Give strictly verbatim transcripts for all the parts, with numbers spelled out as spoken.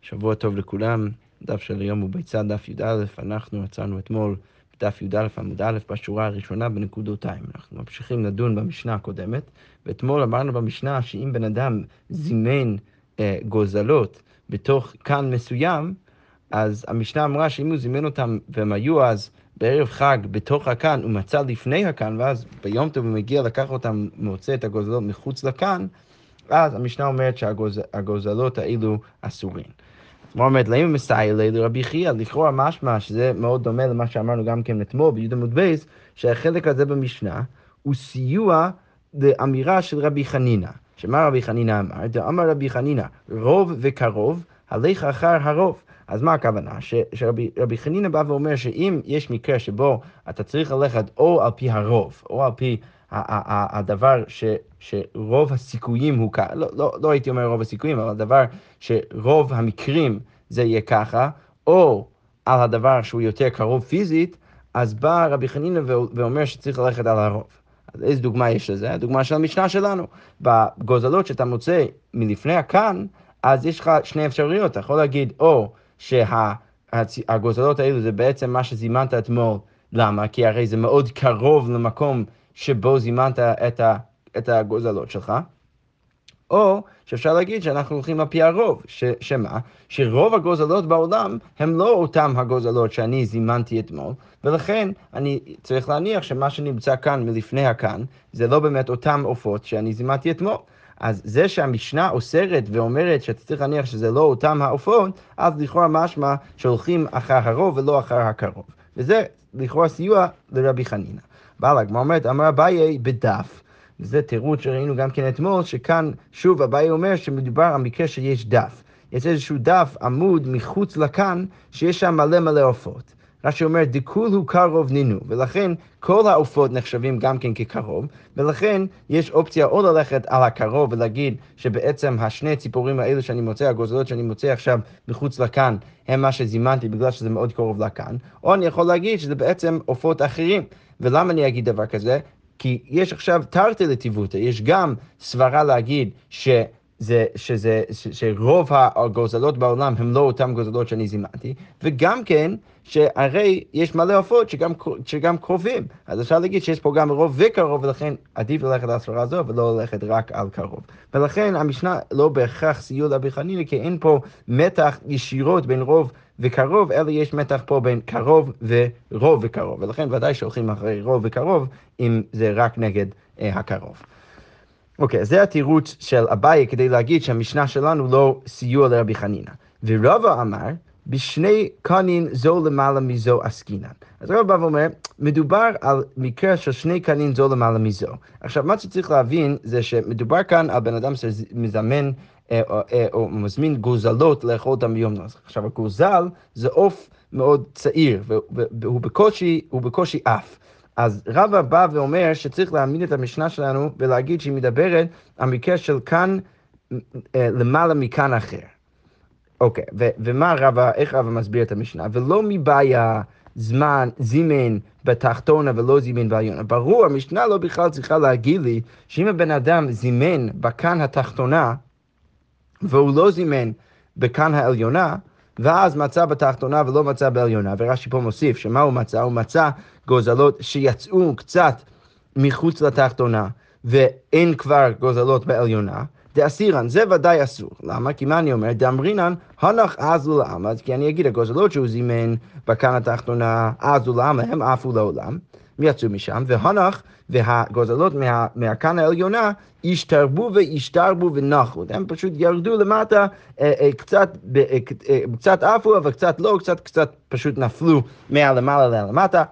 שבוע טוב לכולם, דף של היום הוא ביצה דף י"א, אנחנו עצרנו אתמול בדף י"א עמוד א' בשורה הראשונה בנקודותיים. אנחנו ממשיכים לדון במשנה הקודמת, ואתמול אמרנו במשנה שאם בן אדם זימן אה, גוזלות בתוך כאן מסוים, אז המשנה אמרה שאם הוא זימן אותם והם היו אז בערב חג בתוך הכאן, הוא מצא לפני הכאן, ואז ביום טוב הוא מגיע לקח אותם, מוצא את הגוזלות מחוץ לכאן, אז המשנה אומרת שהגוזלות האלו אסורים. מה אומרת, למה מסייע לרבי חייא? לכאורה משמע שזה מאוד דומה למה שאמרנו גם כן אתמול בי"ד עמוד בייס, שהחלק הזה במשנה הוא סיוע לאמירה של רבי חנינא. שמה רבי חנינא אמר? דאמר רבי חנינא, רוב וקרוב, הלך אחר הרוב. אז מה הכוונה? ש, שרבי רבי חנינא בא ואומר שאם יש מקרה שבו אתה צריך ללכת או על פי הרוב, או על פי הדבר ש, שרוב הסיכויים הוא ככה, לא, לא, לא הייתי אומר רוב הסיכויים, אבל הדבר שרוב המקרים זה יהיה ככה, או על הדבר שהוא יותר קרוב פיזית, אז בא רבי חנינא ואומר שצריך ללכת על הרוב. אז איזו דוגמה יש לזה? הדוגמה של המשנה שלנו. בגוזלות שאתה מוצא מלפני הכאן, אז יש לך שני אפשרויות. אתה יכול להגיד, או שהגוזלות האלו זה בעצם מה שזימנת אתמול. למה? כי הרי זה מאוד קרוב למקום שבו זימנת את, ה, את הגוזלות שלך. או שאפשר להגיד שאנחנו הולכים על פי הרוב, ש, שמה? שרוב הגוזלות בעולם הם לא אותם הגוזלות שאני זימנתי אתמול, ולכן אני צריך להניח שמה שנמצא כאן מלפני הכאן, זה לא באמת אותם עופות שאני זימנתי אתמול. אז זה שהמשנה אוסרת ואומרת שאתה צריך להניח שזה לא אותם העופות, אז לכאורה משמע שהולכים אחר הרוב ולא אחר הקרוב. וזה לכאורה סיוע לרבי חנינא. בא לגמרא אומרת, אמר אביי בדף. זה תירוץ שראינו גם כן אתמול, שכאן שוב אביי אומר שמדובר על מקרה שיש דף. יש איזשהו דף עמוד מחוץ לכאן שיש שם מלא מלא עופות. רש"י אומר, דכול הוא קרוב נינו, ולכן כל העופות נחשבים גם כן כקרוב, ולכן יש אופציה או ללכת על הקרוב ולהגיד שבעצם השני ציפורים האלו שאני מוצא, הגוזלות שאני מוצא עכשיו מחוץ לכאן, הם מה שזימנתי בגלל שזה מאוד קרוב לכאן, או אני יכול להגיד שזה בעצם עופות אחרים. ולמה אני אגיד דבר כזה? כי יש עכשיו תרתי לטיבותא, יש גם סברה להגיד ש... זה, שזה, ש, שרוב הגוזלות בעולם הם לא אותם גוזלות שאני זימנתי, וגם כן שהרי יש מלא עופות שגם, שגם קרובים. אז אפשר להגיד שיש פה גם רוב וקרוב, ולכן עדיף ללכת על הסברה הזו ולא ללכת רק על קרוב. ולכן המשנה לא בהכרח סיוע לרבי חנינא, כי אין פה מתח ישירות בין רוב וקרוב, אלא יש מתח פה בין קרוב ורוב וקרוב. ולכן ודאי שהולכים אחרי רוב וקרוב, אם זה רק נגד אה, הקרוב. אוקיי, okay, זה התירוץ של אביי כדי להגיד שהמשנה שלנו לא סיוע לרבי חנינא. ורבא אמר, בשני קנין זו למעלה מזו עסקינן. אז רבא בא ואומר, מדובר על מקרה של שני קנין זו למעלה מזו. עכשיו, מה שצריך להבין זה שמדובר כאן על בן אדם שמזמן אה, או, אה, או מזמין גוזלות לאכול אותם ביום נוח. עכשיו, הגוזל זה עוף מאוד צעיר, והוא בקושי, הוא בקושי אף. אז רבא בא ואומר שצריך להעמיד את המשנה שלנו ולהגיד שהיא מדברת על מקרה של כאן למעלה מכאן אחר. אוקיי, ו- ומה רבא, איך רבא מסביר את המשנה? ולא מבעיה זמן, זימן בתחתונה ולא זימן בעליונה. ברור, המשנה לא בכלל צריכה להגיד לי שאם הבן אדם זימן בכאן התחתונה והוא לא זימן בכאן העליונה, ואז מצא בתחתונה ולא מצא בעליונה, ורש"י פה מוסיף שמה הוא מצא? הוא מצא גוזלות שיצאו קצת מחוץ לתחתונה, ואין כבר גוזלות בעליונה, דאסירן, זה ודאי אסור. למה? כי מה אני אומר? דאמרינן, הנח עזו לעם, כי אני אגיד, הגוזלות שהוא זימן בכאן התחתונה, עזו לעם, הם עפו לעולם, יצאו משם, והנח והגוזלות מה, מהכאן העליונה השתרבו והשתרבו ונחו. הם פשוט ירדו למטה, אה, אה, קצת, אה, אה, קצת עפו, אבל קצת לא, קצת, קצת פשוט נפלו מהלמעלה למטה.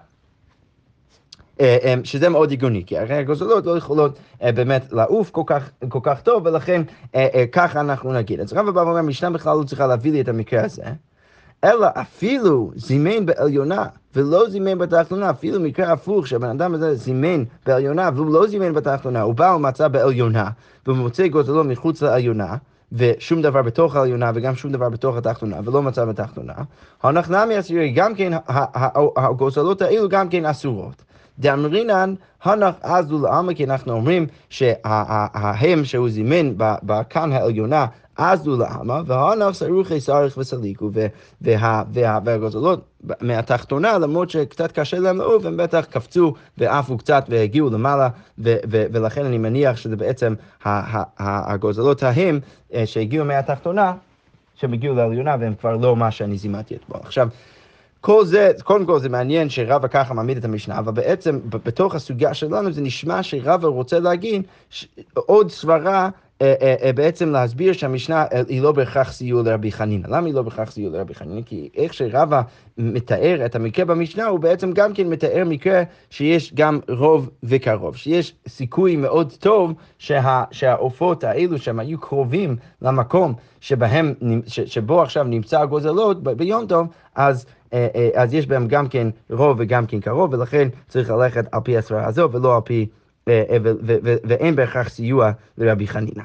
שזה מאוד הגיוני, כי הרי הגוזלות לא יכולות באמת לעוף כל כך, כל כך טוב, ולכן ככה אנחנו נגיד. אז רבא בא ואומר, משנה בכלל לא צריכה להביא לי את המקרה הזה, אלא אפילו זימן בעליונה ולא זימן בתחתונה, אפילו מקרה הפוך שהבן אדם הזה זימן בעליונה והוא לא זימן בתחתונה, הוא בא ומצא בעליונה, והוא מוצא גוזלות מחוץ לעליונה, ושום דבר בתוך העליונה וגם שום דבר בתוך התחתונה, ולא מצא בתחתונה, אנחנו נמי אסירי, גם כן, הגוזלות האלו גם כן אסורות. דאמרינן, הנח עזו לעלמא, כי אנחנו אומרים שההם שהוא זימן בכאן העליונה אז לו לעמה, והענף סרוכי סריך וסליקו, והגוזלות מהתחתונה, למרות שקצת קשה להם לעוף, הם בטח קפצו ועפו קצת והגיעו למעלה, ולכן אני מניח שזה בעצם הגוזלות ההם שהגיעו מהתחתונה, שהם הגיעו לעליונה, והם כבר לא מה שאני זימנתי אתמול. עכשיו, כל זה, קודם כל זה מעניין שרבא ככה מעמיד את המשנה, אבל בעצם בתוך הסוגיה שלנו זה נשמע שרבא רוצה להגיד עוד סברה, אה, אה, אה, בעצם להסביר שהמשנה היא לא בהכרח סיוע לרבי חנינא. למה היא לא בהכרח סיוע לרבי חנינא? כי איך שרבא מתאר את המקרה במשנה, הוא בעצם גם כן מתאר מקרה שיש גם רוב וקרוב, שיש סיכוי מאוד טוב שה, שהעופות האלו שהם היו קרובים למקום שבהם, ש, שבו עכשיו נמצא הגוזלות ביום טוב, אז אז יש בהם גם כן רוב וגם כן קרוב, ולכן צריך ללכת על פי הסברה הזו, ולא על פי, ואין בהכרח סיוע לרבי חנינא.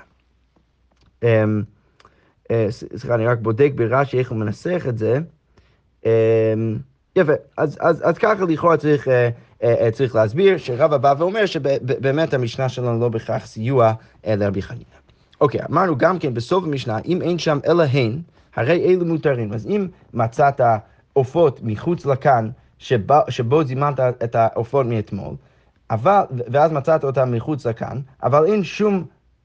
סליחה, אני רק בודק ברש"י איך הוא מנסח את זה. יפה, אז, אז, אז ככה לכאורה צריך, צריך להסביר, שרבא בא ואומר שבאמת המשנה שלנו לא בהכרח סיוע לרבי חנינא. אוקיי, אמרנו גם כן בסוף המשנה, אם אין שם אלא הן, הרי אלו מותרים. אז אם מצאת עופות מחוץ לכאן, שבו, שבו זימנת את העופות מאתמול, אבל, ואז מצאת אותם מחוץ לכאן, אבל אין שום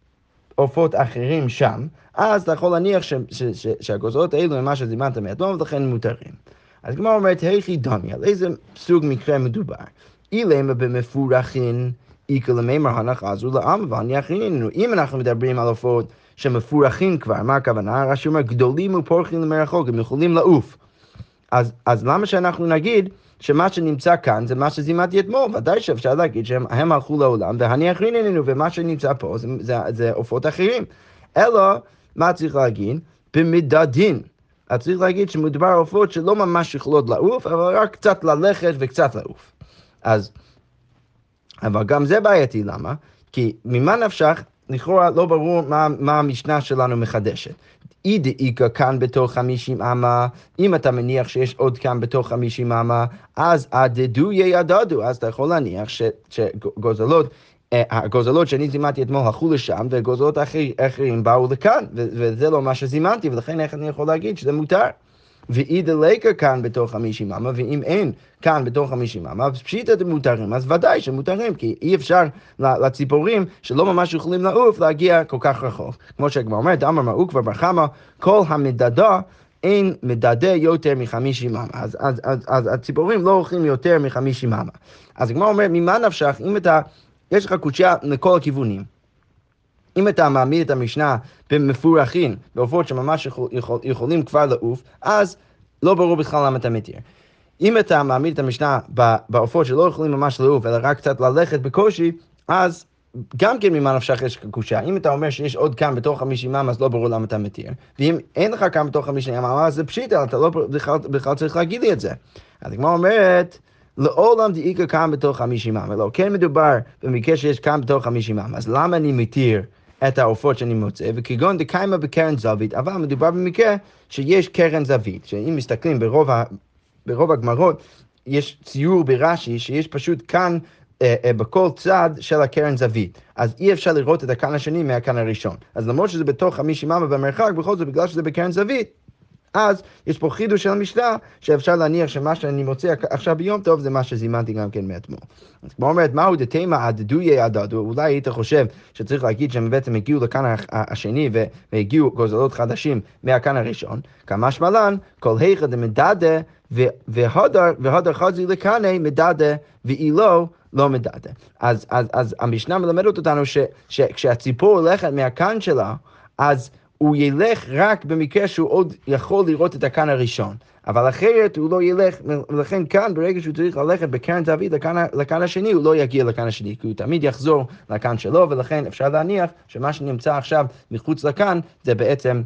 עופות אחרים שם, אז אתה יכול להניח ש, ש, ש, שהגוזלות האלו הם מה שזימנת מאתמול, ולכן מותרים. אז כמו אומרת, היכי דמי, על איזה סוג מקרה מדובר? אילמה במפורחין, איקה למימר הנחזו לעם, והניחיננו. אם אנחנו מדברים על עופות שמפורחים כבר, מה הכוונה? רש"י אומר, גדולים ופורחים למרחוק, הם יכולים לעוף. אז, אז למה שאנחנו נגיד שמה שנמצא כאן זה מה שזימנתי אתמול? ודאי שאפשר להגיד שהם הם הלכו לעולם, והניח ריננו, ומה שנמצא פה זה, זה, זה עופות אחרים. אלא, מה צריך להגיד? במדדין. אז צריך להגיד שמדובר על עופות שלא ממש יכולות לעוף, אבל רק קצת ללכת וקצת לעוף. אז, אבל גם זה בעייתי, למה? כי ממה נפשך, לכאורה לא ברור מה, מה המשנה שלנו מחדשת. אי דאיקה כאן בתוך חמישים אמה, אם אתה מניח שיש עוד כאן בתוך חמישים אמה, אז עדדו ידדו, אז אתה יכול להניח ש, שגוזלות, הגוזלות שאני זימנתי אתמול הלכו לשם, וגוזלות אחרים, אחרים באו לכאן, וזה לא מה שזימנתי, ולכן איך אני יכול להגיד שזה מותר. ואי דליקה כאן בתוך חמישים אמה, ואם אין כאן בתוך חמישים אמה, אז פשיטא דמותרים, אז ודאי שמותרים, כי אי אפשר לציפורים שלא ממש יכולים לעוף להגיע כל כך רחוק. כמו שהגמרא אומרת, אמר מהו כבר בר חמא, כל המדדה אין מדדה יותר מחמישים אמה. אז, אז, אז, אז הציפורים לא הולכים יותר מחמישים אמה. אז הגמרא אומרת, ממה נפשך, אם אתה, יש לך קושיה לכל הכיוונים, אם אתה מעמיד את המשנה במפורחים, בעופות שממש יכול, יכול, יכולים כבר לעוף, אז לא ברור בכלל למה אתה מתיר. אם אתה מעמיד את המשנה בעופות שלא יכולים ממש לעוף, אלא רק קצת ללכת בקושי, אז גם כן ממה נפשך יש קושיה. אם אתה אומר שיש עוד כאן בתוך חמישים אמה, אז לא ברור למה אתה מתיר. ואם אין לך כאן בתוך חמישים אמה, אז זה פשיטא, אתה לא בכלל, בכלל צריך להגיד לי את זה. אז כמו אומרת, לעולם דאיקה כאן בתוך חמישים אמה. לא, כן מדובר במקרה שיש כאן בתוך חמישים אמה, אז למה אני מתיר את העופות שאני מוצא, וכגון דקיימה בקרן זווית, אבל מדובר במקרה שיש קרן זווית, שאם מסתכלים ברוב, ה, ברוב הגמרות, יש ציור ברש"י שיש פשוט כאן אה, אה, בכל צד של הקרן זווית, אז אי אפשר לראות את הכאן השני מהכאן הראשון. אז למרות שזה בתוך חמישים אמה במרחק, בכל זאת בגלל שזה בקרן זווית, אז יש פה חידוש של המשנה שאפשר להניח שמה שאני מוצא עכשיו ביום טוב זה מה שזימנתי גם כן מאתמול. אז כמו אומרת, מהו דתימה עדדו יעדדו, אולי היית חושב שצריך להגיד שהם בעצם הגיעו לכאן השני והגיעו גוזלות חדשים מהכאן הראשון, כמה שמלן, כל היכא דמדדה והודר חזי לכאן מדדה ואילו לא מדדה. אז, אז, אז המשנה מלמדת אותנו ש, שכשהציפור הולכת מהכאן שלה, אז הוא ילך רק במקרה שהוא עוד יכול לראות את הכאן הראשון. אבל אחרת הוא לא ילך, ולכן כאן ברגע שהוא צריך ללכת בקרן זווית לכאן, לכאן השני, הוא לא יגיע לכאן השני, כי הוא תמיד יחזור לכאן שלו, ולכן אפשר להניח שמה שנמצא עכשיו מחוץ לכאן, זה בעצם,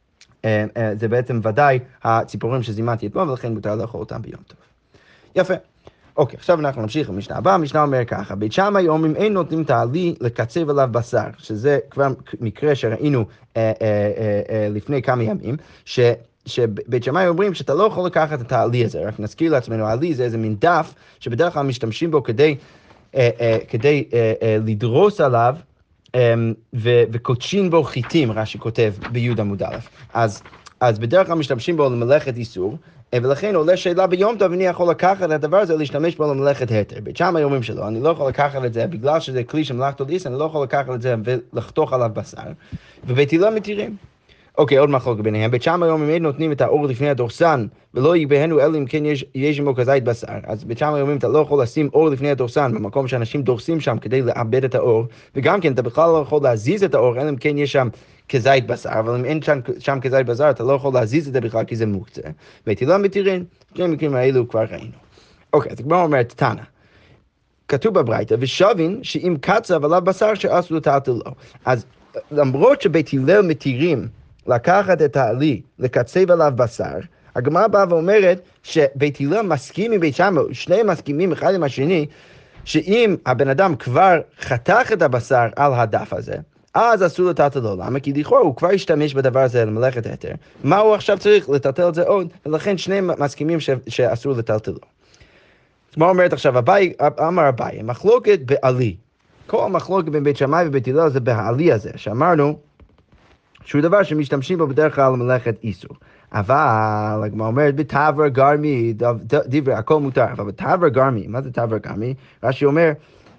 זה בעצם ודאי הציפורים שזימנתי אתמול, ולכן מותר לאכול אותם ביום טוב. יפה. אוקיי, עכשיו אנחנו נמשיך למשנה הבאה. המשנה אומר ככה, בית שמאי אומרים אין נותנים תעלי לקצב עליו בשר, שזה כבר מקרה שראינו אה, אה, אה, אה, לפני כמה ימים, ש... שבית שמאי אומרים שאתה לא יכול לקחת את העלי הזה, רק נזכיר לעצמנו, העלי זה איזה מין דף שבדרך כלל משתמשים בו כדי, אה, אה, כדי אה, אה, לדרוס עליו וקודשין בו חיטים, רש"י כותב בי' עמוד א'. אז, אז בדרך כלל משתמשים בו למלאכת איסור, ולכן עולה שאלה ביום טוב, אני יכול לקחת את הדבר הזה להשתמש בו למלאכת היתר. בית שמאי אומרים שלא, אני לא יכול לקחת את זה, בגלל שזה כלי של מלאכתו לאיסור, אני לא יכול לקחת את זה ולחתוך עליו בשר, ובית הלל מתירים. אוקיי, עוד מחלוקת ביניהם. בית שמאי אומרים אם נותנים את האור לפני הדורסן, ולא יגבהנו אלא אם כן יש, יש עמו כזית בשר. אז בית שמאי אומרים, אתה לא יכול לשים אור לפני הדורסן, במקום שאנשים דורסים שם כדי לאבד את האור, וגם כן, אתה בכלל לא יכול להזיז את האור, אלא אם כן יש שם כזית בשר, אבל אם אין שם, שם כזית בשר, אתה לא יכול להזיז את זה בכלל, כי זה מוקצה. בית הלל מתירים, שני המקרים האלו כבר ראינו. אוקיי, אז כבר אומרת, תנא. כתוב בברייתא, ושווין שאם קצב עליו בשר שאסור לטלטל לו. אז למרות שבית הלל מתירים לקחת את העלי, לקצב עליו בשר, הגמרא באה ואומרת שבית הלל מסכים עם בית שמאי, שניהם מסכימים אחד עם השני, שאם הבן אדם כבר חתך את הבשר על הדף הזה, אז אסור לטלטל לו. למה? כי לכאורה הוא כבר השתמש בדבר הזה למלאכת היתר. מה הוא עכשיו צריך? לטלטל את זה עוד, ולכן שניהם מסכימים ש- שאסור לטלטל לו. אז מה אומרת עכשיו? אביי, אמר אביי, מחלוקת בעלי. כל המחלוקת בין בית שמאי ובית הלל זה בעלי הזה, שאמרנו, שהוא דבר שמשתמשים בו בדרך כלל למלאכת איסור. אבל, הגמרא אומרת, בתבר גרמי, דברי, הכל מותר. אבל בתבר גרמי, מה זה תבר גרמי? רש"י אומר,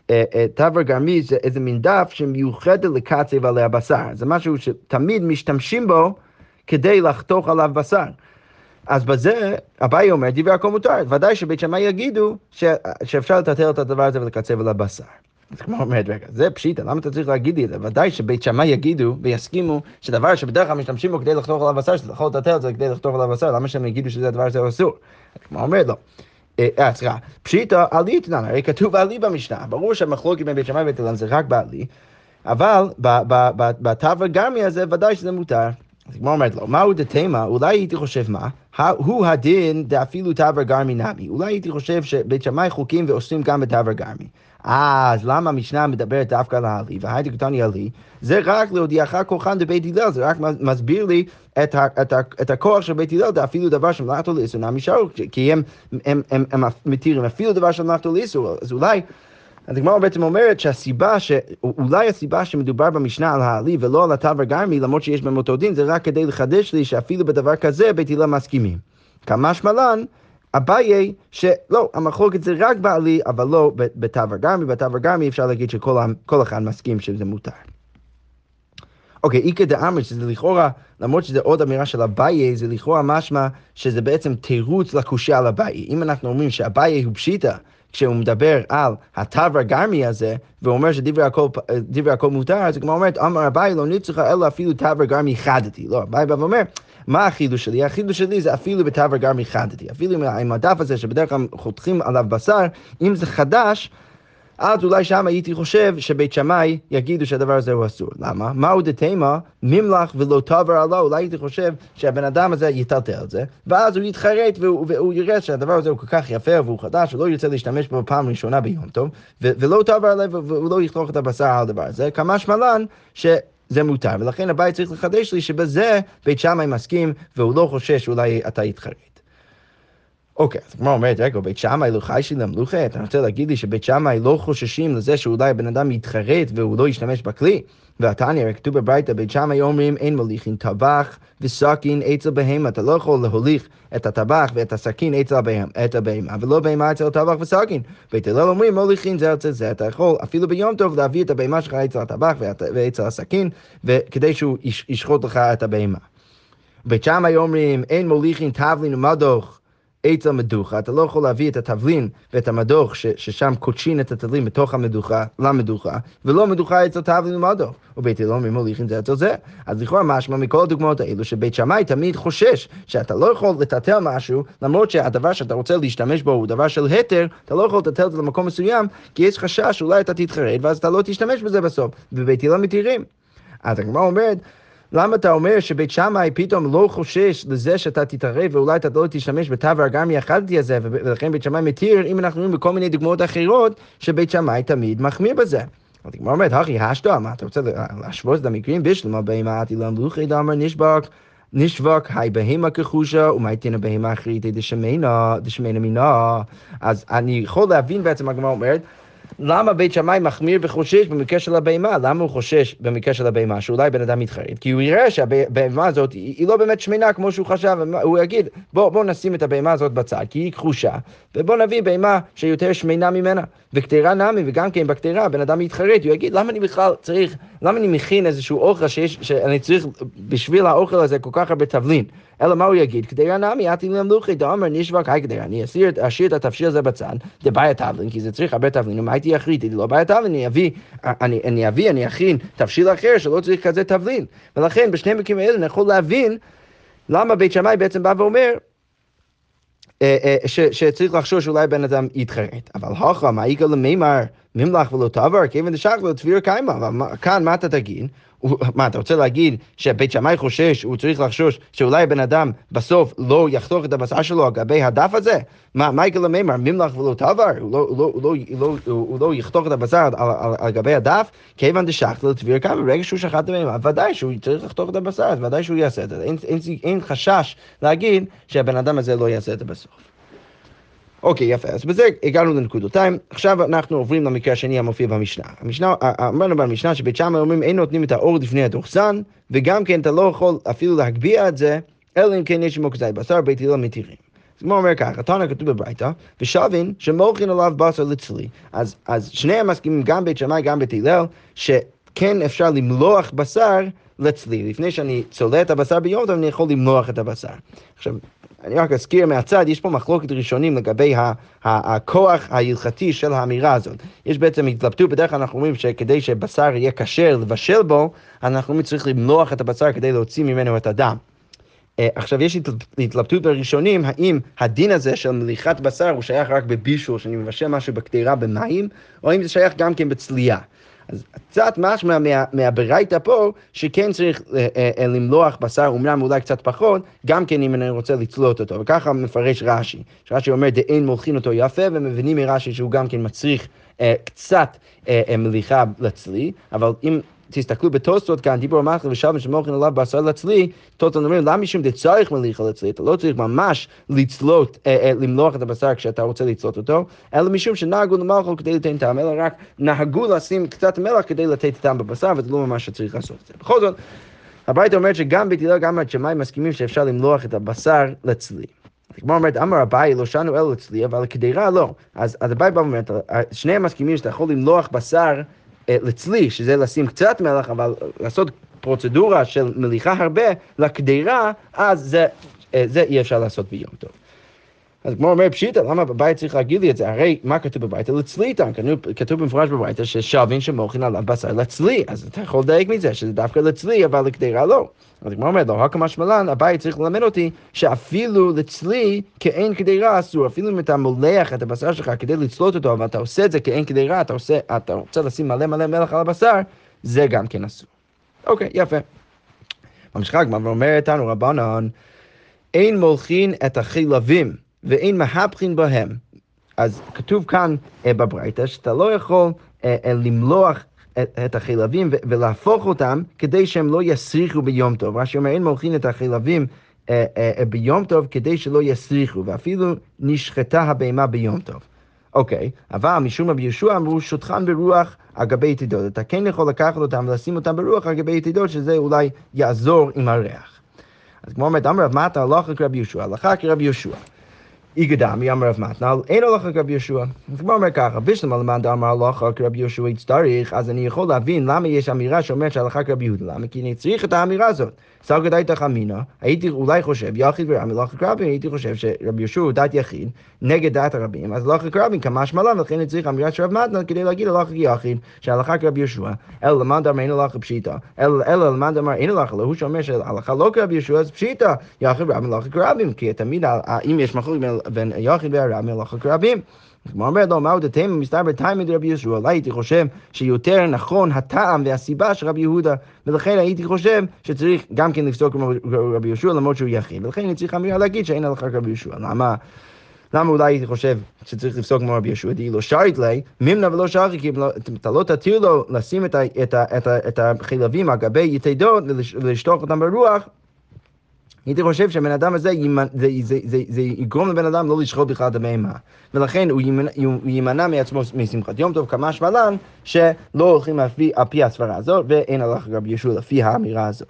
תבר גרמי זה איזה מין דף שמיוחד לקצב עליה בשר. זה משהו שתמיד משתמשים בו כדי לחתוך עליו בשר. אז בזה, אביי אומר, דברי הכל מותר. ודאי שבית שמאי יגידו שאפשר לטלטל את הדבר הזה ולקצב עליו בשר. אז כמו אומרת, רגע, זה פשיטה, למה אתה צריך להגיד לי את זה? ודאי שבית שמאי יגידו ויסכימו שדבר שבדרך כלל משתמשים בו כדי לחתוך עליו בשר, שאתה יכול לטלטל את זה כדי לחתוך עליו בשר, למה שהם יגידו שזה הדבר הזה אסור? כמו אומרת, לא. אה, סליחה, פשיטה, עלי התנן, הרי כתוב עלי במשנה, ברור שהמחלוקת בין בית שמאי ובית הלל זה רק בעלי, אבל בתבר גרמי הזה ודאי שזה מותר. אז כמו אומרת לו, מהו דתימה? אולי הייתי חושב מה? הוא הדין דאפילו תבר גרמי נמי. אולי הייתי חושב שבית שמאי חוקים ועושים גם בתבר גרמי. אז למה המשנה מדברת דווקא על העלי, והייתי קטני עלי? זה רק להודיעך כוחן דבית הלל, זה רק מסביר לי את, ה, את, ה, את הכוח של בית הלל, אפילו דבר שמלאכתו לאיסור נמי שרו, כי הם, הם, הם, הם מתירים אפילו דבר שמלאכתו לאיסור, אז אולי... אז הגמרא בעצם אומרת שהסיבה, ש... אולי הסיבה שמדובר במשנה על העלי ולא על התבר גרמי, למרות שיש בהם אותו דין, זה רק כדי לחדש לי שאפילו בדבר כזה בית הלל מסכימים. כמשמע לן, אביי שלא, המחלוקת זה רק בעלי, אבל לא בתבר גרמי, בתבר גרמי אפשר להגיד שכל אחד מסכים שזה מותר. אוקיי, איקא דאמר שזה לכאורה, למרות שזה עוד אמירה של אביי, זה לכאורה משמע שזה בעצם תירוץ לקושיה על אביי. אם אנחנו אומרים שאביי הוא פשיטה, כשהוא מדבר על התבר גרמי הזה, והוא אומר שדברי הכל, דברי הכל מותר, אז כמו אומרת, אמר אביי לא נצטרך אלא אפילו תבר גרמי חדתי. לא, אביי בא ואומר, מה החידוש שלי? החידוש שלי זה אפילו בתבר גרמי חדתי. אפילו עם הדף הזה שבדרך כלל חותכים עליו בשר, אם זה חדש, אז אולי שם הייתי חושב שבית שמאי יגידו שהדבר הזה הוא אסור. למה? מהו דתימה? ממלח ולא תבר עליו. אולי הייתי חושב שהבן אדם הזה יטלטל את זה, ואז הוא יתחרט והוא, והוא יראה שהדבר הזה הוא כל כך יפה והוא חדש, ולא ירצה להשתמש בו פעם ראשונה ביום טוב, ו- ולא תבר עליו והוא לא יחתוך את הבשר על הדבר הזה. כמה שמלן שזה מותר, ולכן הבית צריך לחדש לי שבזה בית שמאי מסכים, והוא לא חושש שאולי אתה יתחרט. אוקיי, אז כמו אומרת, רגע, בית שמאי לא חיישי למלוכה, אתה רוצה להגיד לי שבית שמאי לא חוששים לזה שאולי הבן אדם יתחרט והוא לא ישתמש בכלי? והתניא, כתוב בברייתא, בית שמאי אומרים, אין מוליכין טבח וסכין אצל בהמה, אתה לא יכול להוליך את הטבח ואת הסכין אצל הבהמה, ולא בהמה אצל הטבח וסכין. בית הלל אומרים, מוליכין זה אצל זה, אתה יכול אפילו ביום טוב להביא את הבהמה שלך אצל הטבח ואצל הסכין, וכדי שהוא ישחוט לך את הבהמה. בית שמאי אומרים, אין מוליכין תבלין ומדוך, אצל מדוחה, אתה לא יכול להביא את התבלין ואת המדוך ש- ששם קודשין את התבלין בתוך המדוחה, למדוחה, ולא מדוחה אצל תבלין ומדוך. ובית הלל אומרים מוליכין זה אצל זה. אז לכאורה משמע מכל הדוגמאות האלו שבית שמאי תמיד חושש שאתה לא יכול לטלטל משהו, למרות שהדבר שאתה רוצה להשתמש בו הוא דבר של היתר, אתה לא יכול לטלטל את זה למקום מסוים, כי יש חשש שאולי אתה תתחרט ואז אתה לא תשתמש בזה בסוף. ובית הלל מתירים. אז הגמרא אומרת, למה אתה אומר שבית שמאי פתאום לא חושש לזה שאתה תתערב ואולי אתה לא תשתמש בתבר הגרמי החדתי הזה, ולכן בית שמאי מתיר, אם אנחנו רואים בכל מיני דוגמאות אחרות, שבית שמאי תמיד מחמיר בזה. אז כמו אומרת, הכי השתא, מה אתה רוצה להשוות את המקרים? בשלמה בהמה עתי למלוכי דאמר נשבק, נשבק, היי בהמה כחושה, ומייתנה בהמה אחרית דשמנה, דשמנה מינה. אז אני יכול להבין בעצם מה הגמרא אומרת, למה בית שמאי מחמיר וחושש במקרה של הבהמה? למה הוא חושש במקרה של הבהמה? שאולי בן אדם מתחרט. כי הוא יראה שהבהמה הזאת היא לא באמת שמנה כמו שהוא חשב. הוא יגיד, בוא, בוא נשים את הבהמה הזאת בצד, כי היא כחושה, ובוא נביא בהמה שיותר שמנה ממנה. וקטרה נמי, וגם כן בקטרה, בן אדם מתחרט, הוא יגיד, למה אני בכלל צריך, למה אני מכין איזשהו אוכל שיש, שאני צריך בשביל האוכל הזה כל כך הרבה תבלין? אלא מה הוא יגיד? קטרה נמי, אתי למלוכי, דאמר נשבק, היי קטרה, אני אשאיר את התבשיל הזה בצד, דבעי התבלין, כי זה צריך הרבה תבלין, ומה הייתי אחריט? לא בעי התבלין, אני אביא, אני, אני אביא, אני אכין תבשיל אחר שלא צריך כזה תבלין. ולכן בשני מקרים האלה אני יכול להבין למה בית שמאי בעצם בא ואומר, שצריך לחשוש שאולי בן אדם יתחרט. אבל הוכחה, מה איגה למימר, ממלך ולא תעבר, כיוון דשך ולא תביר קיימה. אבל כאן מה אתה תגיד? מה, אתה רוצה להגיד שבית שמאי חושש, הוא צריך לחשוש שאולי בן אדם בסוף לא יחתוך את הבשר שלו על גבי הדף הזה? מה, מה איגה למימר, ממלך ולא תעבר, הוא לא, לא, לא, לא, הוא לא יחתוך את הבשר על, על, על גבי הדף, כיוון דשך ולא תביר קיימה, ברגע שהוא שחט את המימר, ודאי שהוא צריך לחתוך את הבשר, אז ודאי שהוא יעשה את זה. אין, אין, אין חשש להגיד שהבן אדם הזה לא יעשה את זה בסוף. אוקיי, יפה, אז בזה הגענו לנקודותיים. עכשיו אנחנו עוברים למקרה השני המופיע במשנה. המשנה, אמרנו במשנה שבית שמאי אומרים, אין נותנים את האור לפני הדוחסן, וגם כן אתה לא יכול אפילו להגביה את זה, אלא אם כן יש עמו כזית בשר, בית הלל מתירים. אז כמו אומר ככה, תנא כתוב בברייתא, ושבין שמולכין עליו בשר לצלי. אז, אז שניהם מסכימים, גם בית שמאי, גם בית הלל, שכן אפשר למלוח בשר לצלי. לפני שאני צולה את הבשר ביום טוב, אני יכול למלוח את הבשר. עכשיו, אני רק אזכיר מהצד, יש פה מחלוקת ראשונים לגבי ה- ה- הכוח ההלכתי של האמירה הזאת. יש בעצם התלבטות, בדרך כלל אנחנו אומרים שכדי שבשר יהיה כשר לבשל בו, אנחנו צריך למלוח את הבשר כדי להוציא ממנו את הדם. עכשיו יש התלבטות בראשונים, האם הדין הזה של מליחת בשר הוא שייך רק בבישול, שאני מבשל משהו בקטירה במים, או אם זה שייך גם כן בצלייה. אז קצת משמע מה, מהברייתא פה, שכן צריך אה, אה, למלוח בשר, אומנם אולי קצת פחות, גם כן אם אני רוצה לצלות אותו, וככה מפרש רש"י. רש"י אומר, דאין מולחין אותו יפה, ומבינים מרש"י שהוא גם כן מצריך אה, קצת אה, אה, מליחה לצלי, אבל אם תסתכלו בתוספות כאן, דיבור המחל ושלום שמולחין עליו בשר לצלי, תוספות אומרים, למה משום דצריך מליחה לצלי? אתה לא צריך ממש לצלות, אה, אה, למלוח את הבשר כשאתה רוצה לצלות אותו, אלא משום שנהגו למלחו כדי לתת טעם, אלא רק נהגו לשים קצת מלח כדי לתת טעם בבשר, וזה לא ממש שצריך לעשות את זה. בכל זאת, הברייתא אומרת שגם בית הלל גם בית שמאי מסכימים שאפשר למלוח את הבשר לצלי. כמו אומרת, אמר אביי לא שנו אלא לצלי, אבל קדירה לא. אז, אז אביי בא ואומרת, שניהם מסכימים שאתה יכול למלוח בשר לצלי, שזה לשים קצת מלח, אבל לעשות פרוצדורה של מליחה הרבה לקדירה, אז זה, זה אי אפשר לעשות ביום טוב. אז כמו אומר פשיטה, למה בבית צריך להגיד לי את זה? הרי מה כתוב בבית? לצלי איתם, כתוב במפורש בבית ששווין שמולחין עליו בשר לצלי, אז אתה יכול לדייק מזה שזה דווקא לצלי, אבל לקדירה לא. אז כמו אומר, לא רק המשמלן, הבית צריך ללמד אותי שאפילו לצלי כאין קדירה אסור, אפילו אם אתה מולח את הבשר שלך כדי לצלות אותו, אבל אתה עושה את זה כאין קדירה, אתה, עושה, אתה רוצה לשים מלא מלא מלח על הבשר, זה גם כן אסור. אוקיי, יפה. ממשיכה הגמרא ואומרת לנו רבנן, אין מולחין את החלבים ואין מהפכין בהם. אז כתוב כאן אה, בברייתא שאתה לא יכול אה, אה, למלוח את, את החלבים ו- ולהפוך אותם כדי שהם לא יסריחו ביום טוב. רש"י אומר, אין מולחין את החלבים אה, אה, ביום טוב כדי שלא יסריחו, ואפילו נשחטה הבהמה ביום טוב. אוקיי, אבל משום רבי יהושע אמרו שוטחן ברוח על גבי יתידות. אתה כן יכול לקחת אותם ולשים אותם ברוח על גבי יתידות, שזה אולי יעזור עם הריח. אז כמו אומרת, אמר רב מתנא הלכה כרבי יהושע, הלכה כרבי יהושע. איגדמי אמר רב מתנא, אין הלכה כרבי יהושע. אז כמו אומר ככה, בשלמה למאן דאמר הלכה כרבי יהושע יצטריך, אז אני יכול להבין למה יש אמירה שאומרת שהלכה כרבי יהודה. למה? כי אני צריך את האמירה הזאת. סגא דייתך אמינא, הייתי אולי חושב, יחיד ורמי הלכה כרבי, הייתי חושב שרבי יהושע הוא דעת יחיד, נגד דעת הרבים, אז הלכה כרבי כמשמע לן, לכן אני צריך אמירה של רב מתנא כדי להגיד הלכה כיחיד, שהלכה כרבי יהושע, אלא למאן דאמר אין הלכה פשיטא, אלא למאן דאמר אין הלכה, הוא שאומר שהלכה לא כרבי יהושע, אז פשיטא, יחיד ורמי הלכה כרבים, כי תמיד אם יש מחלוקת בין יחיד והרבי הלכה כרבים, כמו אומר לו, מהו דתימה מסתבר תימא דרבי יהושע, אולי הייתי חושב שיותר נכון הטעם והסיבה של רבי יהודה, ולכן הייתי חושב שצריך גם כן לפסוק כמו רבי יהושע למרות שהוא יחיד, ולכן אני צריך אמירה להגיד שאין הלכה כרבי יהושע. למה? למה אולי הייתי חושב שצריך לפסוק כמו רבי יהושע? די לא שרית לי, מימנא ולא שרית, כי אתה לא תתיר לו לשים את החלבים על גבי יתידות ולשטוח אותם ברוח, הייתי חושב שהבן אדם הזה, ימנ... זה, זה, זה, זה יגרום לבן אדם לא לשחוט בכלל את הבהמה. ולכן הוא יימנע, הוא יימנע מעצמו משמחת יום טוב, כמה שמלן, שלא הולכים על פי, על פי הסברה הזאת, ואין הלך רבי יהושע לפי האמירה הזאת.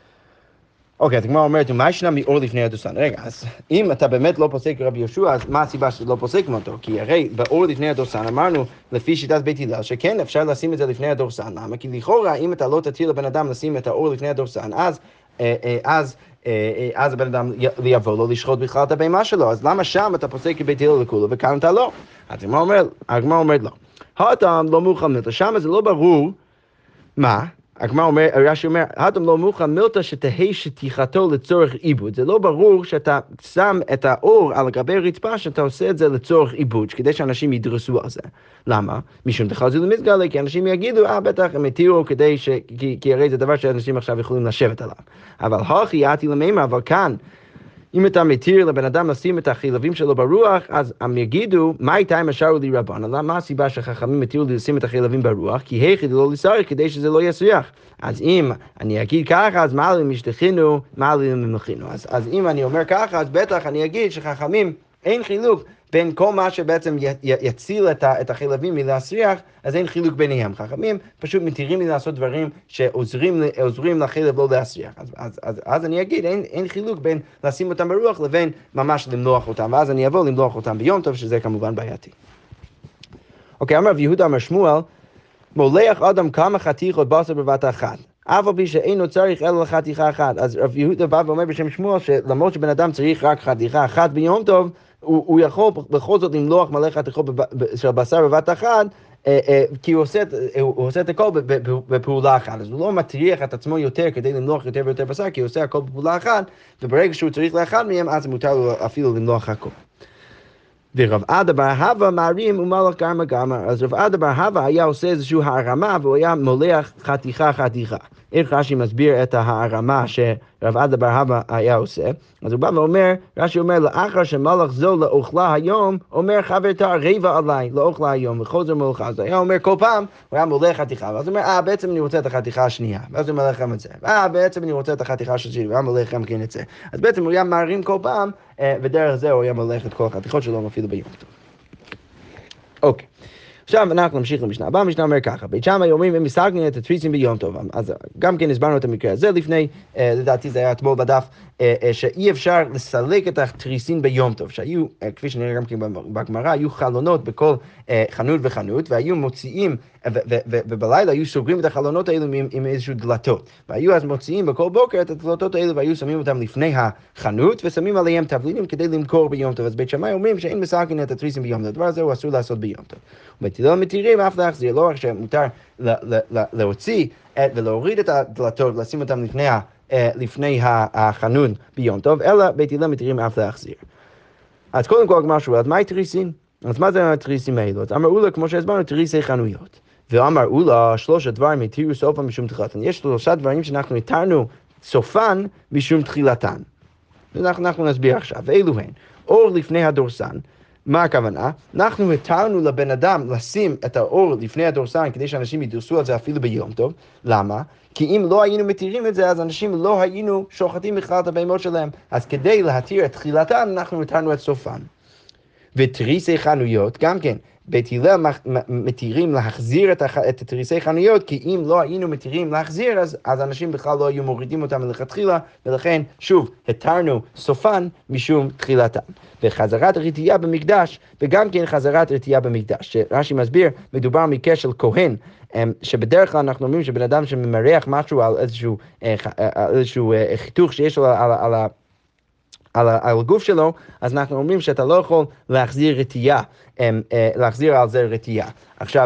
אוקיי, אז הגמרא אומרת, מה ישנה מאור לפני הדורסן? רגע, אז אם אתה באמת לא פוסק רבי יהושע, אז מה הסיבה שלא פוסק אותו? כי הרי באור לפני הדורסן אמרנו, לפי שיטת בית הלל, שכן אפשר לשים את זה לפני הדורסן. למה? כי לכאורה, אם אתה לא תתיר לבן אדם לשים את האור לפני הדורסן, אז, אז, אז הבן אדם יבוא לו לשחוט בכלל את הבהמה שלו. אז למה שם אתה פוסק כבית הלל לכולו, וכאן אתה לא? אז הגמרא אומרת לא. האטם לא מוכן מילתא, שם זה לא ברור מה? הגמרא אומר, רש"י אומר, האטם לא מוכן מילתא שתהא שטיחתו לצורך עיבוד. זה לא ברור שאתה שם את האור על גבי רצפה, שאתה עושה את זה לצורך עיבוד, כדי שאנשים ידרסו על זה. למה? משום תחזיל ומתגלה, כי אנשים יגידו, אה, בטח הם התירו כדי ש... כי, כי הרי זה דבר שאנשים עכשיו יכולים לשבת עליו. אבל הכי אתי למימר, אבל כאן, אם אתה מתיר לבן אדם לשים את החילבים שלו ברוח, אז הם יגידו, מה איתה אם השארו לי רבן? מה הסיבה שהחכמים מתירו לי לשים את החילבים ברוח? כי היכי לא לסריך כדי שזה לא יסריח. אז אם אני אגיד ככה, אז מה לי משתכינו, מה לי ממלכינו? אז, אז אם אני אומר ככה, אז בטח אני אגיד שחכמים אין חילוק בין כל מה שבעצם יציל את החילבים מלהסריח, אז אין חילוק ביניהם. חכמים פשוט מתירים לי לעשות דברים שעוזרים לחילב לא להסריח. אז, אז, אז, אז אני אגיד, אין, אין חילוק בין לשים אותם ברוח לבין ממש למלוח אותם, ואז אני אבוא למלוח אותם ביום טוב, שזה כמובן בעייתי. אוקיי, אמר רב יהודה אמר שמואל, מולח אדם כמה חתיכות בשר בבת אחת. אף על פי שאינו צריך אלא לחתיכה אחת. אז רב יהודה בא ואומר בשם שמואל, שלמרות שבן אדם צריך רק חתיכה אחת ביום טוב, הוא, הוא יכול בכל זאת למלוח מלא חתיכות של בשר בבת אחת, כי הוא עושה, הוא עושה את הכל בפעולה אחת. אז הוא לא מטריח את עצמו יותר כדי למלוח יותר ויותר בשר, כי הוא עושה הכל בפעולה אחת, וברגע שהוא צריך לאחד מהם, אז מותר לו אפילו למלוח הכל. ורב עדה בר הווה מערים ומלח גרמה גרמה. אז רב עדה בר הווה היה עושה איזושהי הערמה, והוא היה מולח חתיכה חתיכה. איך רש"י מסביר את הערמה שרב עדה בר הווה היה עושה? אז הוא בא ואומר, רש"י אומר, לאחר שמלח זו לאוכלה היום, אומר חברתה רבע עליי, לאוכלה היום, וחוזר מולחה. אז היה אומר כל פעם, הוא היה מולח חתיכה, ואז הוא אומר, אה, בעצם אני רוצה את החתיכה השנייה, ואז הוא מולח גם את זה, אה, בעצם אני רוצה את החתיכה השלישית, והיה מולח גם כן את זה. אז בעצם הוא היה מערים כל פעם, ודרך זה הוא היה מולח את כל החתיכות שלו, אפילו ביום טוב. אוקיי. עכשיו אנחנו נמשיך למשנה הבאה, המשנה אומר ככה, בית שמאי אומרים הם מסגנים את התריסים ביום טוב, אז גם כן הסברנו את המקרה הזה לפני, לדעתי זה היה אתמול בדף, שאי אפשר לסלק את התריסים ביום טוב, שהיו, כפי שנראה גם כן בגמרא, היו חלונות בכל חנות וחנות, והיו מוציאים, ובלילה היו סוגרים את החלונות האלו עם איזשהו דלתות, והיו אז מוציאים בכל בוקר את הדלתות האלו, והיו שמים אותם לפני החנות, ושמים עליהם תבלינים כדי למכור ביום טוב, אז בית שמאי אומרים שאין מסגנים את התריסים ביום טוב, הדבר הזה הוא אסור לעשות ביום טוב. בית הלל מתירים אף להחזיר, לא רק שמותר להוציא ולהוריד את הדלתות ולשים אותם לפני, לפני החנות ביום טוב, אלא בית הלל מתירים אף להחזיר. אז קודם כל הגמרא שואלת, מה התריסים? אז מה זה התריסים האלו? אז אמרו לה, כמו שהסברנו, תריסי חנויות. ואמרו לה, שלושה דברים התירו סופם משום תחילתן. יש שלושה דברים שאנחנו התרנו סופן משום תחילתן. ואנחנו אנחנו נסביר עכשיו, ואלו הן, אור לפני הדורסן, מה הכוונה? אנחנו התרנו לבן אדם לשים את האור לפני הדורסן כדי שאנשים ידרסו על זה אפילו ביום טוב. למה? כי אם לא היינו מתירים את זה, אז אנשים לא היינו שוחטים בכלל את הבהמות שלהם. אז כדי להתיר את תחילתן, אנחנו התרנו את סופן. ותריסי חנויות, גם כן, בית הלל מתירים להחזיר את, הח... את התריסי חנויות, כי אם לא היינו מתירים להחזיר, אז, אז אנשים בכלל לא היו מורידים אותם מלכתחילה, ולכן, שוב, התרנו סופן משום תחילתן. וחזרת רתיעה במקדש, וגם כן חזרת רתיעה במקדש. שרש"י מסביר, מדובר מקרה של כהן, שבדרך כלל אנחנו אומרים שבן אדם שממרח משהו על איזשהו, על איזשהו חיתוך שיש לו על, על, על על, על הגוף שלו, אז אנחנו אומרים שאתה לא יכול להחזיר רתיעה, להחזיר על זה רתיעה. עכשיו,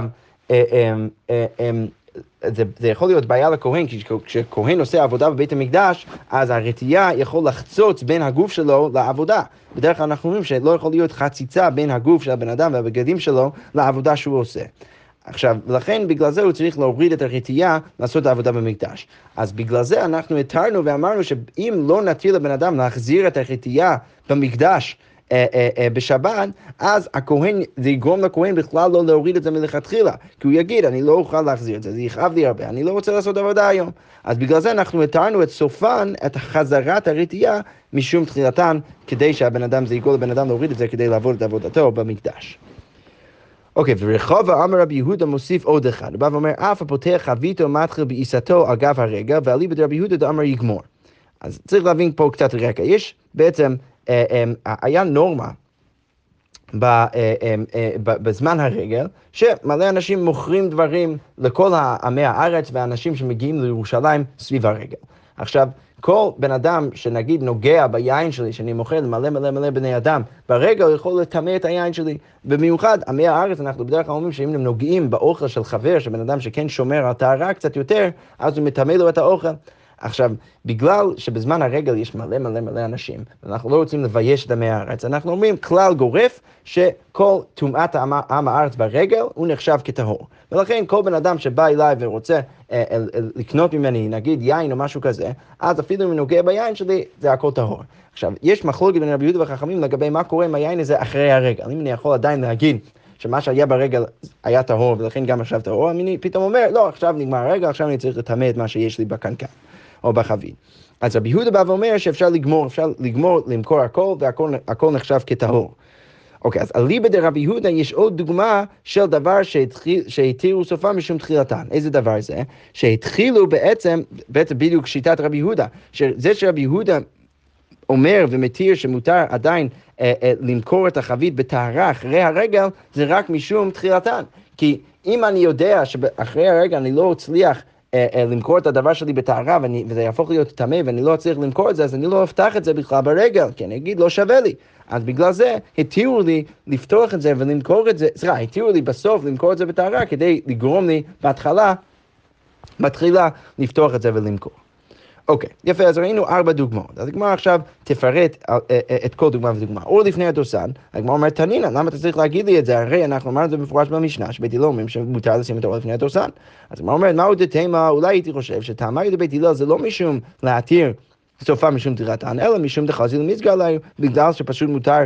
זה, זה יכול להיות בעיה לכהן, כי כשכהן עושה עבודה בבית המקדש, אז הרתיעה יכול לחצוץ בין הגוף שלו לעבודה. בדרך כלל אנחנו אומרים שלא יכול להיות חציצה בין הגוף של הבן אדם והבגדים שלו לעבודה שהוא עושה. עכשיו, לכן בגלל זה הוא צריך להוריד את הרתיעה לעשות את העבודה במקדש. אז בגלל זה אנחנו התרנו ואמרנו שאם לא נתיר לבן אדם להחזיר את הרתיעה במקדש בשבת, אז הכהן, זה יגרום לכהן בכלל לא להוריד את זה מלכתחילה, כי הוא יגיד, אני לא אוכל להחזיר את זה, זה יכאב לי הרבה, אני לא רוצה לעשות עבודה היום. אז בגלל זה אנחנו התרנו את סופן, את חזרת הרתיעה, משום תחילתן, כדי שהבן אדם, זה יגרום לבן אדם להוריד את זה, כדי לעבוד את עבודתו במקדש. אוקיי, ורחובה אמר רבי יהודה מוסיף עוד אחד, הוא בא ואומר, אף הפותח חביתו מתחיל בעיסתו על גב הרגל, ואליבא דרבי יהודה דאמר יגמור. אז צריך להבין פה קצת רקע. יש בעצם, אה, אה, היה נורמה ב, אה, אה, אה, בזמן הרגל, שמלא אנשים מוכרים דברים לכל עמי הארץ, ואנשים שמגיעים לירושלים סביב הרגל. עכשיו, כל בן אדם שנגיד נוגע ביין שלי, שאני מוכר למלא מלא מלא בני אדם, ברגע הוא יכול לטמא את היין שלי. במיוחד, עמי הארץ, אנחנו בדרך כלל אומרים שאם הם נוגעים באוכל של חבר, שבן אדם שכן שומר על טהרה קצת יותר, אז הוא מטמא לו את האוכל. עכשיו, בגלל שבזמן הרגל יש מלא מלא מלא אנשים, ואנחנו לא רוצים לבייש את עמי הארץ, אנחנו אומרים כלל גורף שכל טומאת עם הארץ ברגל הוא נחשב כטהור. ולכן כל בן אדם שבא אליי ורוצה אה, אה, לקנות ממני, נגיד יין או משהו כזה, אז אפילו אם הוא נוגע ביין שלי, זה הכל טהור. עכשיו, יש מחלוקת בין רבי יהודה וחכמים לגבי מה קורה עם היין הזה אחרי הרגל. אם אני יכול עדיין להגיד שמה שהיה ברגל היה טהור, ולכן גם עכשיו טהור, אני פתאום אומר, לא, עכשיו נגמר הרגל, עכשיו אני צריך לטמא את מה שיש לי בקנקן. או בחבית. אז רבי יהודה בא ואומר שאפשר לגמור, אפשר לגמור, למכור הכל, והכל הכל נחשב כטהור. אוקיי, אז אליבא דרבי יהודה יש עוד דוגמה של דבר שהתירו סופם משום תחילתן. איזה דבר זה? שהתחילו בעצם, בעצם בדיוק שיטת רבי יהודה, שזה שרבי יהודה אומר ומתיר שמותר עדיין אה, אה, למכור את החבית בטהרה אחרי הרגל, זה רק משום תחילתן. כי אם אני יודע שאחרי הרגל אני לא אצליח למכור את הדבר שלי בטהרה, וזה יהפוך להיות טמא, ואני לא צריך למכור את זה, אז אני לא אפתח את זה בכלל ברגל, כי אני אגיד, לא שווה לי. אז בגלל זה, התירו לי לפתוח את זה ולמכור את זה, סליחה, התירו לי בסוף למכור את זה בטהרה, כדי לגרום לי בהתחלה, בתחילה, לפתוח את זה ולמכור. אוקיי, יפה, אז ראינו ארבע דוגמאות. אז הגמרא עכשיו תפרט את כל דוגמה ודוגמה. אור לפני הדורסן, הגמרא אומרת, תנינא, למה אתה צריך להגיד לי את זה? הרי אנחנו אמרנו את זה במפורש במשנה, שבית הלל אומרים שמותר לשים את האור לפני הדורסן. אז הגמרא אומרת, מהו דתימה? אולי הייתי חושב שטעמי לבית הלל זה לא משום להתיר סופה משום תחילתן, אלא משום דחזי למסגר עליו, בגלל שפשוט מותר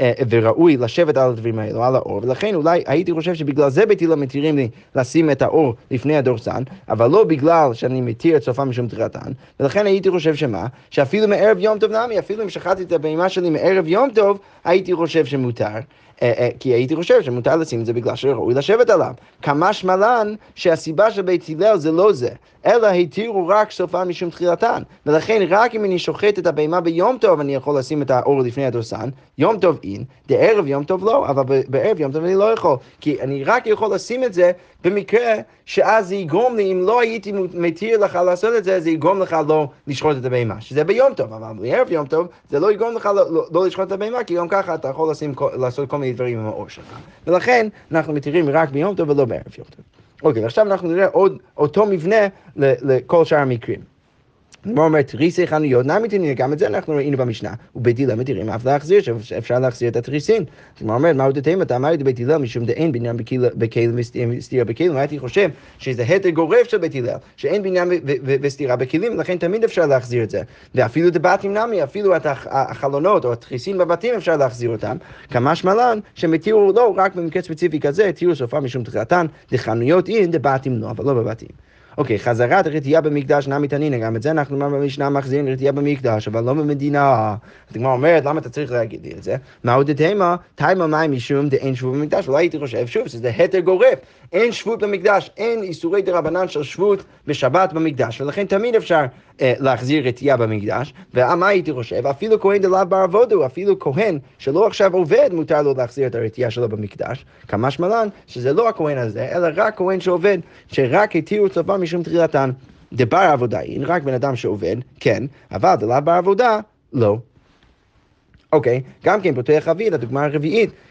וראוי לשבת על הדברים האלו, על האור, ולכן אולי הייתי חושב שבגלל זה בית הלל מתירים לי לשים את האור לפני הדורסן, אבל לא בגלל שאני מתיר את סופה משום תחילתן, ולכן הייתי חושב שמה? שאפילו מערב יום טוב נמי, אפילו אם שחטתי את הבהמה שלי מערב יום טוב, הייתי חושב שמותר. כי הייתי חושב שמותר לשים את זה בגלל שראוי לשבת עליו. כמה שמלן שהסיבה של בית הלל זה לא זה, אלא התירו רק סופה משום תחילתן. ולכן רק אם אני שוחט את הבהמה ביום טוב, אני יכול לשים את האור לפני הדורסן, יום טוב אין, בערב יום טוב לא, אבל בערב יום טוב אני לא יכול. כי אני רק יכול לשים את זה במקרה שאז זה יגרום לי, אם לא הייתי מתיר לך לעשות את זה, זה יגרום לך לא לשחוט את הבהמה, שזה ביום טוב, אבל בערב יום טוב זה לא יגרום לך לא, לא, לא לשחוט את הבהמה, כי גם ככה אתה יכול לשים, לעשות כל מיני דברים עם האור שלך. ולכן אנחנו מתירים רק ביום טוב ולא בערב יום טוב. אוקיי, עכשיו אנחנו נראה עוד אותו מבנה לכל שאר המקרים. כמו אומרת, תריסי חנויות, נעמי תנין, גם את זה אנחנו ראינו במשנה, ובית הלל מתירים אף להחזיר, שאפשר להחזיר את התריסין. כמו אומרת, מהו דתימה, אתה אמרת בית הלל, משום דאין בניין בכלים וסתירה בכלים, הייתי חושב שזה היתר גורף של בית הלל, שאין בניין וסתירה בכלים, לכן תמיד אפשר להחזיר את זה. ואפילו דבתים נמי, אפילו את החלונות או התריסין בבתים אפשר להחזיר אותם, כמה שמלן שמתירו לא רק במקרה ספציפי כזה, התירו סופה משום תחילתן, דחנויות אין, דבתים לא, אבל לא בבתים. אוקיי, חזרת רתיעה במקדש נמי תנינא, גם את זה אנחנו במשנה מחזירים רתיעה במקדש, אבל לא במדינה. אז הגמרא אומרת, למה אתה צריך להגיד לי את זה? מהו דתימה? תימה מים משום דאין שבות במקדש, אולי הייתי חושב, שוב, שזה היתר גורף, אין שבות במקדש, אין איסורי דרבנן של שבות בשבת במקדש, ולכן תמיד אפשר אה, להחזיר רתיעה במקדש, ומה הייתי חושב? אפילו כהן דלאו בעבודו, אפילו כהן שלא עכשיו עובד, מותר לו להחזיר את הרתיעה שלו במקדש, כמה שמלן, שזה לא הכהן הזה, אלא רק כהן שעובד, שרק התירו סופה משום תחילתן. דבר עבודה, אין רק בן אדם שעובד, כן, אבל דלאו בעבודה, לא. אוקיי, גם כן פותח חבית, הדוגמה הרביעית,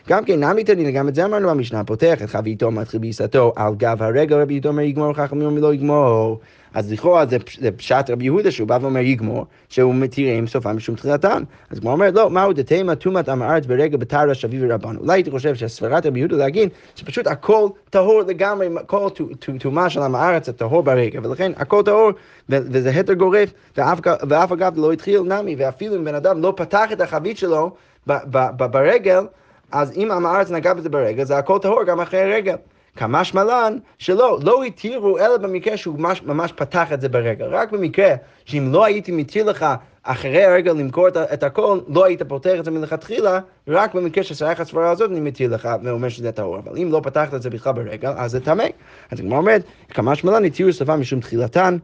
גם כן, נמי תדין, גם את זה אמרנו במשנה, פותח את חביתו, מתחיל בעיסתו על גב הרגל, רבי יהודה אומר יגמור, חכמים אומרים לא יגמור. אז לכאורה זה, זה פשט רבי יהודה שהוא בא ואומר יגמור, שהוא מתירים סופם משום תחילתם. אז כמו אומר, לא, מהו דתימה תומת עם הארץ ברגע בתרא שבי ורבן. אולי הייתי חושב שהסברת רבי יהודה להגיד שפשוט הכל טהור לגמרי, כל תומה של עם הארץ זה טהור ברגע, ולכן הכל טהור, וזה היתר גורף, ואף, ואף אגב לא התחיל נמי, ואפילו אם בן אדם לא פתח את החבית שלו ברגל, אז אם עם הארץ נגע בזה ברגל, זה הכל טהור גם אחרי הרגל. כמש מלן שלא, לא התירו אלא במקרה שהוא ממש, ממש פתח את זה ברגל. רק במקרה שאם לא הייתי מתיר לך אחרי הרגל למכור את, את הכל, לא היית פותח את זה מלכתחילה, רק במקרה שסייח הסברה הזאת אני מתיר לך ואומר שזה טהור. אבל אם לא פתחת את זה בכלל ברגל, אז זה טמא. אז כמו אומרת, כמש מלן התירו סופה משום תחילתן,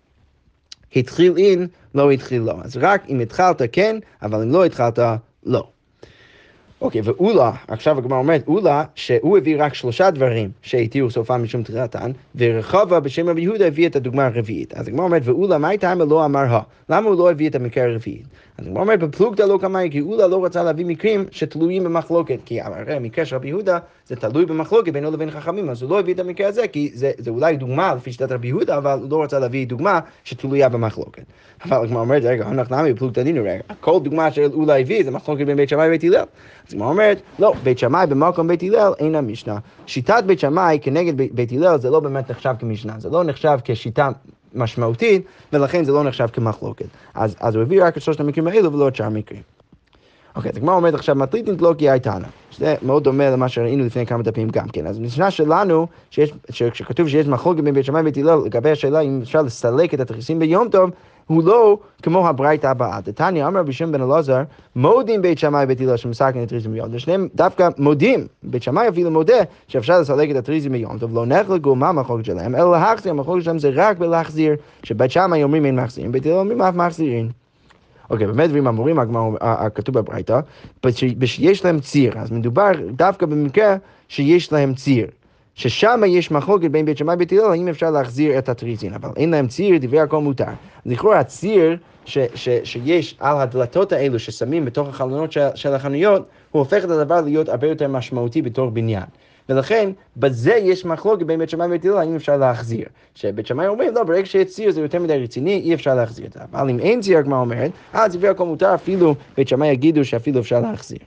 התחיל אין, לא התחיל לא. אז רק אם התחלת כן, אבל אם לא התחלת לא. אוקיי, ואולה, עכשיו הגמרא אומרת, אולה, שהוא הביא רק שלושה דברים שהתירו סופם משום תחילתן, ורחבה בשם רבי יהודה הביא את הדוגמה הרביעית. אז הגמרא אומרת, ואולה, מה הייתה לא אמר ה? למה הוא לא הביא את המקרה הרביעית? אז הגמרא אומרת, בפלוגתא לא כמאי, כי אולה לא רצה להביא מקרים שתלויים במחלוקת, כי הרי המקרה של רבי יהודה זה תלוי במחלוקת בינו לבין חכמים, אז הוא לא הביא את המקרה הזה, כי זה, זה אולי דוגמה לפי שיטת רבי יהודה, אבל הוא לא רצה להביא דוגמה שתלויה במחלוקת. אבל הגמרא אומרת, רגע, אנחנו נמי בפלוגתא דינא, רגע, כל דוגמה של אולה הביא זה מחלוקת בין בית שמאי ובית הלל. אז הגמרא אומרת, לא, בית שמאי במקום בית הלל אין המשנה. שיטת בית שמאי כנגד בית הלל זה לא באמת נחשב כמשנה, זה לא נחשב כשיטה משמעותית, ולכן זה לא נחשב כמחלוקת. אז, אז הוא הביא רק את שלושת המקרים האלו ולא את שאר המקרים. אוקיי, אז הגמרא אומרת עכשיו, מטריתין תלוקי הייתנא, שזה מאוד דומה למה שראינו לפני כמה דפים גם כן. אז במשנה שלנו, שיש, שכתוב שיש מחלוקת בין בית שמאי ובית הלל לגבי השאלה אם אפשר לסלק את התריסים ביום טוב, הוא לא כמו הברייתא הבאה. דתניא אמר רבי שמעון בן אלעזר, מודים בית שמאי ובית הלל שמסלקים את התריסים ביום טוב. שניהם דווקא מודים, בית שמאי אפילו מודה שאפשר לסלק את התריסים ביום טוב, לא נחלקו מה המחלוקת שלהם, אלא להחזיר, המחלוקת שלהם זה רק בלהחזיר, שבית שמאי אומרים אין מחזירים, בית הלל אומרים אף מחזירים. אוקיי, באמת דברים אמורים, הכתוב בברייתא, שיש להם ציר, אז מדובר דווקא במקרה שיש להם ציר. ששם יש מחלוקת בין בית שמאי ובית הלל, האם אפשר להחזיר את התריסים, אבל אין להם ציר, דברי הכל מותר. לכאורה הציר ש, ש, שיש על הדלתות האלו ששמים בתוך החלונות של, של החנויות, הוא הופך את הדבר להיות הרבה יותר משמעותי בתור בניין. ולכן, בזה יש מחלוקת בין בית שמאי ובית הלל, האם אפשר להחזיר. שבית שמאי אומרים, לא, ברגע שיש ציר זה יותר מדי רציני, אי אפשר להחזיר את זה. אבל אם אין ציר, כמו אומרת, אז דברי הכל מותר, אפילו בית שמאי יגידו שאפילו אפשר להחזיר.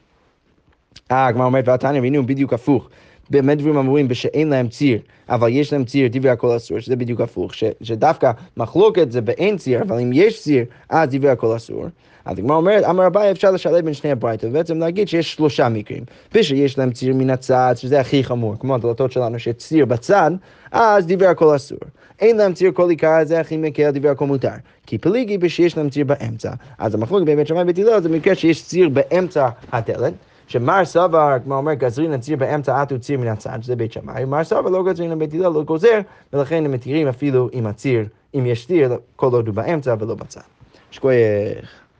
אה, כמו אומרת, והתניא ראינו בדיוק הפוך. באמת דברים אמורים בשאין להם ציר, אבל יש להם ציר, דברי הכל אסור, שזה בדיוק הפוך, ש, שדווקא מחלוקת זה באין ציר, אבל אם יש ציר, אז דברי הכל אסור. אז הגמרא אומרת, אמר אביי אפשר לשלב בין שני הברייתות, ובעצם להגיד שיש שלושה מקרים. ושיש להם ציר מן הצד, שזה הכי חמור, כמו הדלתות שלנו, שיש ציר בצד, אז דברי הכל אסור. אין להם ציר כל עיקר, זה הכי מקל, דברי הכל מותר. כי פליגי בשיש להם ציר באמצע. אז המחלוקת בין בית שמאי ובית הלל זה מקרה שיש ציר באמצע הדלת, שמר סבר, כמו אומר, גזרין הציר באמצע עטו ציר מן הצד, שזה בית שמאי, ומר סבר לא גזרין לבית הלל, לא גוזר, ולכן הם מתירים אפילו עם הציר, אם יש ציר, כל עוד הוא באמצע ולא בצד. שכוייך.